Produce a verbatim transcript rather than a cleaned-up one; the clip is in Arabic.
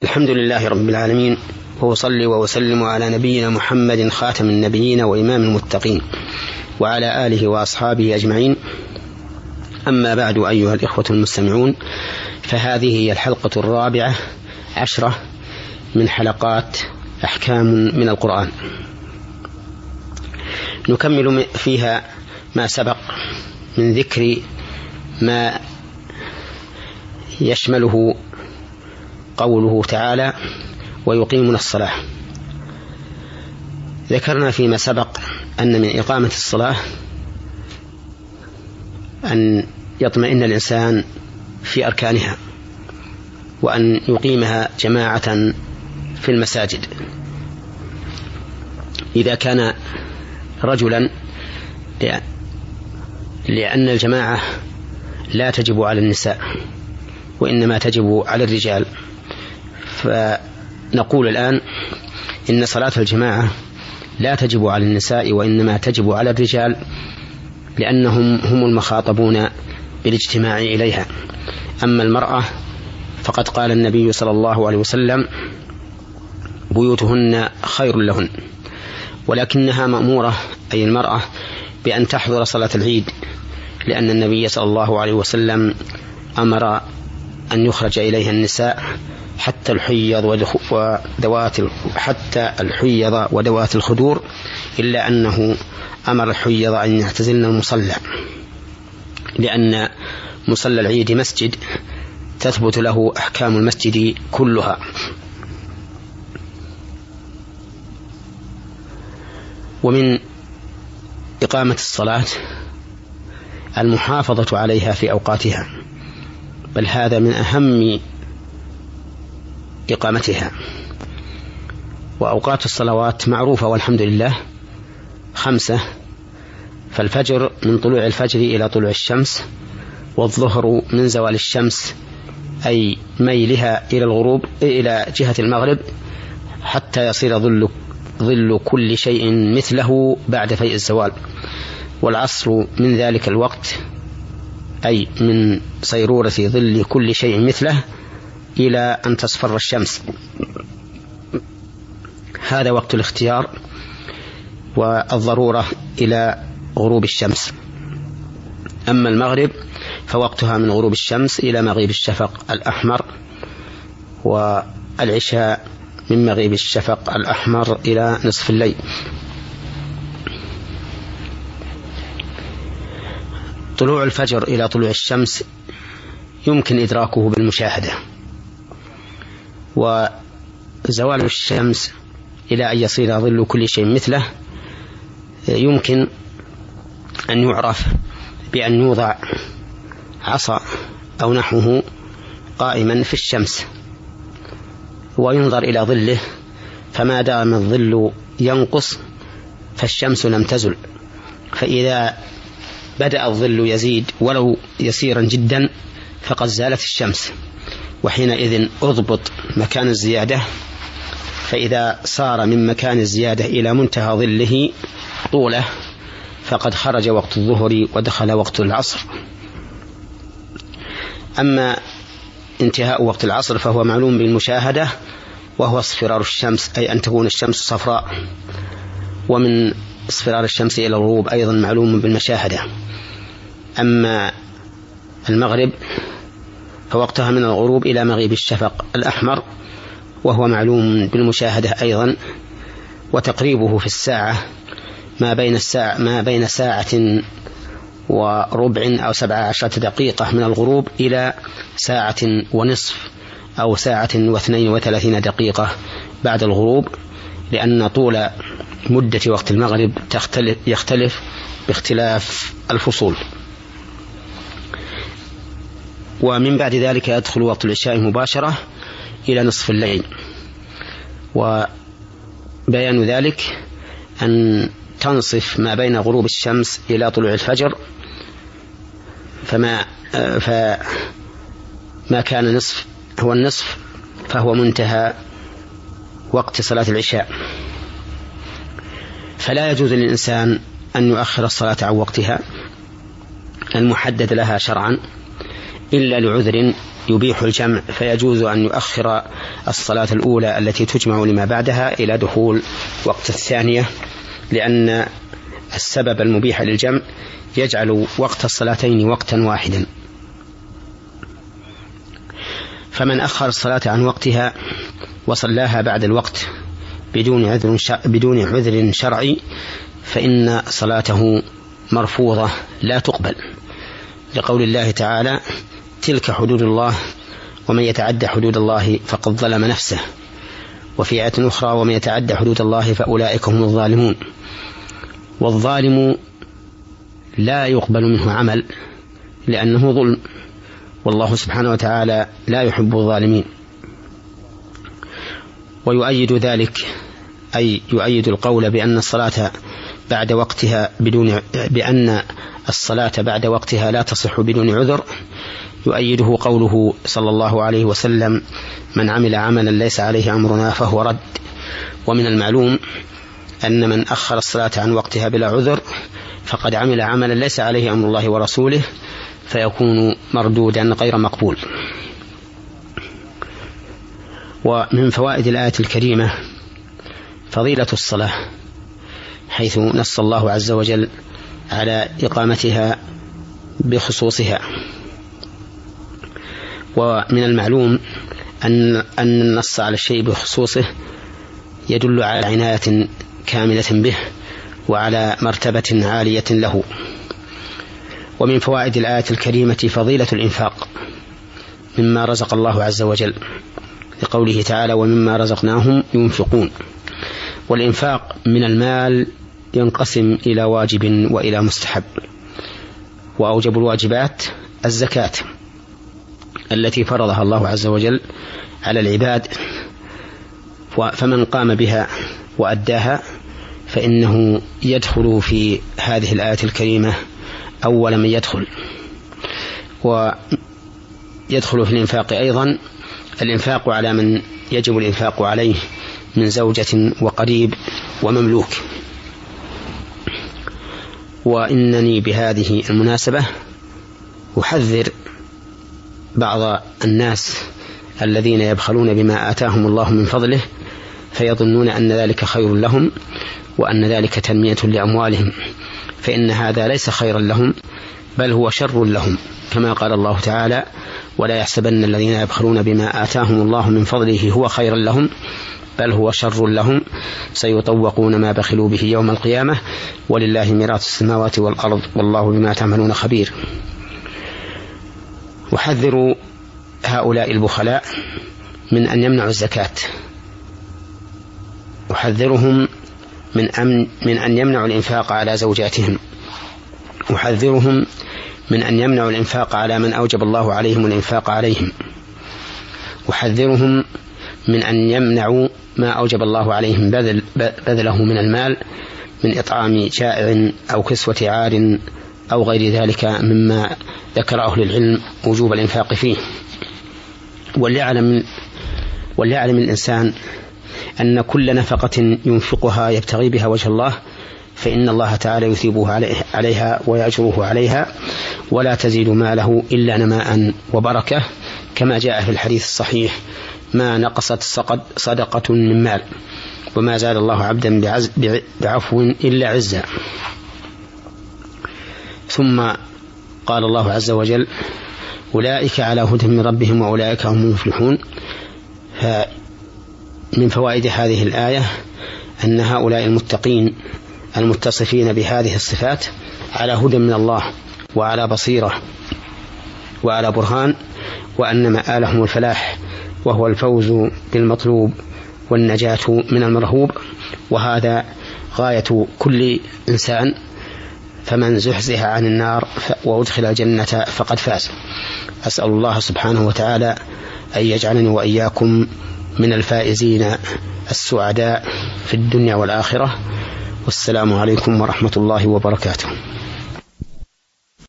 الحمد لله رب العالمين، وأصلي وأسلم على نبينا محمد خاتم النبيين وإمام المتقين وعلى آله وأصحابه أجمعين. أما بعد، أيها الإخوة المستمعون، فهذه هي الحلقة الرابعة عشرة من حلقات أحكام من القرآن، نكمل فيها ما سبق من ذكر ما يشمله قوله تعالى: ويقيمون الصلاة. ذكرنا فيما سبق أن من إقامة الصلاة أن يطمئن الإنسان في أركانها، وأن يقيمها جماعة في المساجد. إذا كان رجلا، لأن الجماعة لا تجب على النساء وإنما تجب على الرجال، فنقول الآن إن صلاة الجماعة لا تجب على النساء وإنما تجب على الرجال، لأنهم هم المخاطبون بالاجتماع إليها. أما المرأة فقد قال النبي صلى الله عليه وسلم: بيوتهن خير لهن، ولكنها مأمورة أي المرأة بأن تحضر صلاة العيد، لأن النبي صلى الله عليه وسلم أمر أن يخرج إليها النساء حتى الحيض ودوات حتى الحيض ودوات الخدور، إلا أنه أمر الحيض أن يعتزلن المصلى، لأن مصلى العيد مسجد تثبت له أحكام المسجد كلها. ومن إقامة الصلاة المحافظة عليها في أوقاتها، بل هذا من أهم إقامتها. وأوقات الصلوات معروفة والحمد لله خمسة: فالفجر من طلوع الفجر إلى طلوع الشمس، والظهر من زوال الشمس أي ميلها إلى الغروب إلى جهة المغرب حتى يصير ظل ظل كل شيء مثله بعد فيء الزوال، والعصر من ذلك الوقت أي من صيرورة ظل كل شيء مثله إلى أن تصفر الشمس، هذا وقت الاختيار والضرورة إلى غروب الشمس. أما المغرب فوقتها من غروب الشمس إلى مغيب الشفق الأحمر، والعشاء من مغيب الشفق الأحمر إلى نصف الليل. طلوع الفجر إلى طلوع الشمس يمكن إدراكه بالمشاهدة، وزوال الشمس إلى أن يصير ظل كل شيء مثله يمكن أن يعرف بأن يوضع عصا أو نحوه قائما في الشمس وينظر إلى ظله، فما دام الظل ينقص فالشمس لم تزل، فإذا بدأ الظل يزيد ولو يسيرا جدا فقد زالت الشمس، وحينئذ أضبط مكان الزيادة، فإذا صار من مكان الزيادة إلى منتهى ظله طوله فقد خرج وقت الظهر ودخل وقت العصر. أما انتهاء وقت العصر فهو معلوم بالمشاهدة، وهو اصفرار الشمس أي أن تكون الشمس صفراء، ومن اصفرار الشمس إلى الغروب أيضا معلوم بالمشاهدة. أما المغرب فوقتها من الغروب إلى مغيب الشفق الأحمر، وهو معلوم بالمشاهدة أيضا، وتقريبه في الساعة ما بين الساعة ما بين ساعة وربع أو سبع عشرة دقيقة من الغروب إلى ساعة ونصف أو ساعة واثنين وثلاثين دقيقة بعد الغروب، لأن طول مدة وقت المغرب تختلف يختلف باختلاف الفصول. ومن بعد ذلك يدخل وقت العشاء مباشرة إلى نصف الليل، وبيان ذلك أن تنصف ما بين غروب الشمس إلى طلوع الفجر، فما فما كان نصف هو النصف فهو منتهى وقت صلاة العشاء. فلا يجوز للإنسان أن يؤخر الصلاة عن وقتها المحدد لها شرعا، إلا لعذر يبيح الجمع، فيجوز أن يؤخر الصلاة الأولى التي تجمع لما بعدها إلى دخول وقت الثانية، لأن السبب المبيح للجمع يجعل وقت الصلاتين وقتا واحدا. فمن أخر الصلاة عن وقتها وصلاها بعد الوقت بدون عذر بدون عذر شرعي فإن صلاته مرفوضة لا تقبل، لقول الله تعالى: تلك حدود الله ومن يتعدى حدود الله فقد ظلم نفسه. وفي آية أخرى: ومن يتعدى حدود الله فأولئك هم الظالمون. والظالم لا يقبل منه عمل لأنه ظلم، والله سبحانه وتعالى لا يحب الظالمين. ويؤيد ذلك، أي يؤيد القول بأن الصلاة بعد وقتها بدون بأن الصلاة بعد وقتها لا تصح بدون عذر، يؤيده قوله صلى الله عليه وسلم: من عمل عملا ليس عليه أمرنا فهو رد. ومن المعلوم أن من أخر الصلاة عن وقتها بلا عذر فقد عمل عملا ليس عليه أمر الله ورسوله، فيكون مردودا غير مقبول. ومن فوائد الآية الكريمة فضيلة الصلاة، حيث نص الله عز وجل على إقامتها بخصوصها. ومن المعلوم أن أن النص على الشيء بخصوصه يدل على عناية كاملة به وعلى مرتبة عالية له. ومن فوائد الآية الكريمة فضيلة الإنفاق مما رزق الله عز وجل، لقوله تعالى: ومما رزقناهم ينفقون. والإنفاق من المال ينقسم إلى واجب وإلى مستحب، وأوجب الواجبات الزكاة التي فرضها الله عز وجل على العباد، فمن قام بها وأداها فإنه يدخل في هذه الآية الكريمة أول من يدخل. ويدخل في الإنفاق أيضا الإنفاق على من يجب الإنفاق عليه من زوجة وقريب ومملوك. وإنني بهذه المناسبة أحذر بعض الناس الذين يبخلون بما آتاهم الله من فضله فيظنون أن ذلك خير لهم وأن ذلك تنمية لأموالهم، فإن هذا ليس خيرا لهم بل هو شر لهم، كما قال الله تعالى: ولا يحسبن الذين يبخلون بما آتاهم الله من فضله هو خيرا لهم بل هو شر لهم سيطوقون ما بخلوا به يوم القيامة ولله ميراث السماوات والأرض والله بما تعملون خبير. وحذروا هؤلاء البخلاء من أن يمنعوا الزكاة، وحذرهم من أن, من أن يمنعوا الإنفاق على زوجاتهم، وحذرهم من أن يمنعوا الإنفاق على من أوجب الله عليهم الإنفاق عليهم، وحذرهم من أن يمنعوا ما أوجب الله عليهم بذل بذله من المال من إطعام جائع أو كسوة عار أو غير ذلك مما ذكر أهل العلم وجوب الإنفاق فيه. وليعلم, وليعلم الإنسان أن كل نفقة ينفقها يبتغي بها وجه الله فإن الله تعالى يثيبه عليها ويأجره عليها ولا تزيد ماله إلا نماء وبركة، كما جاء في الحديث الصحيح: ما نقصت صدقة من مال وما زاد الله عبدا بعفو إلا عزا. ثم قال الله عز وجل: أولئك على هدى من ربهم وأولئك هم المفلحون. فمن فوائد هذه الآية أن هؤلاء المتقين المتصفين بهذه الصفات على هدى من الله وعلى بصيرة وعلى برهان، وأن مآلهم الفلاح وهو الفوز بالمطلوب والنجاة من المرهوب، وهذا غاية كل إنسان، فمن زحزح عن النار وأدخل الجنة فقد فاز. أسأل الله سبحانه وتعالى أن يجعلني وإياكم من الفائزين السعداء في الدنيا والآخرة، والسلام عليكم ورحمة الله وبركاته.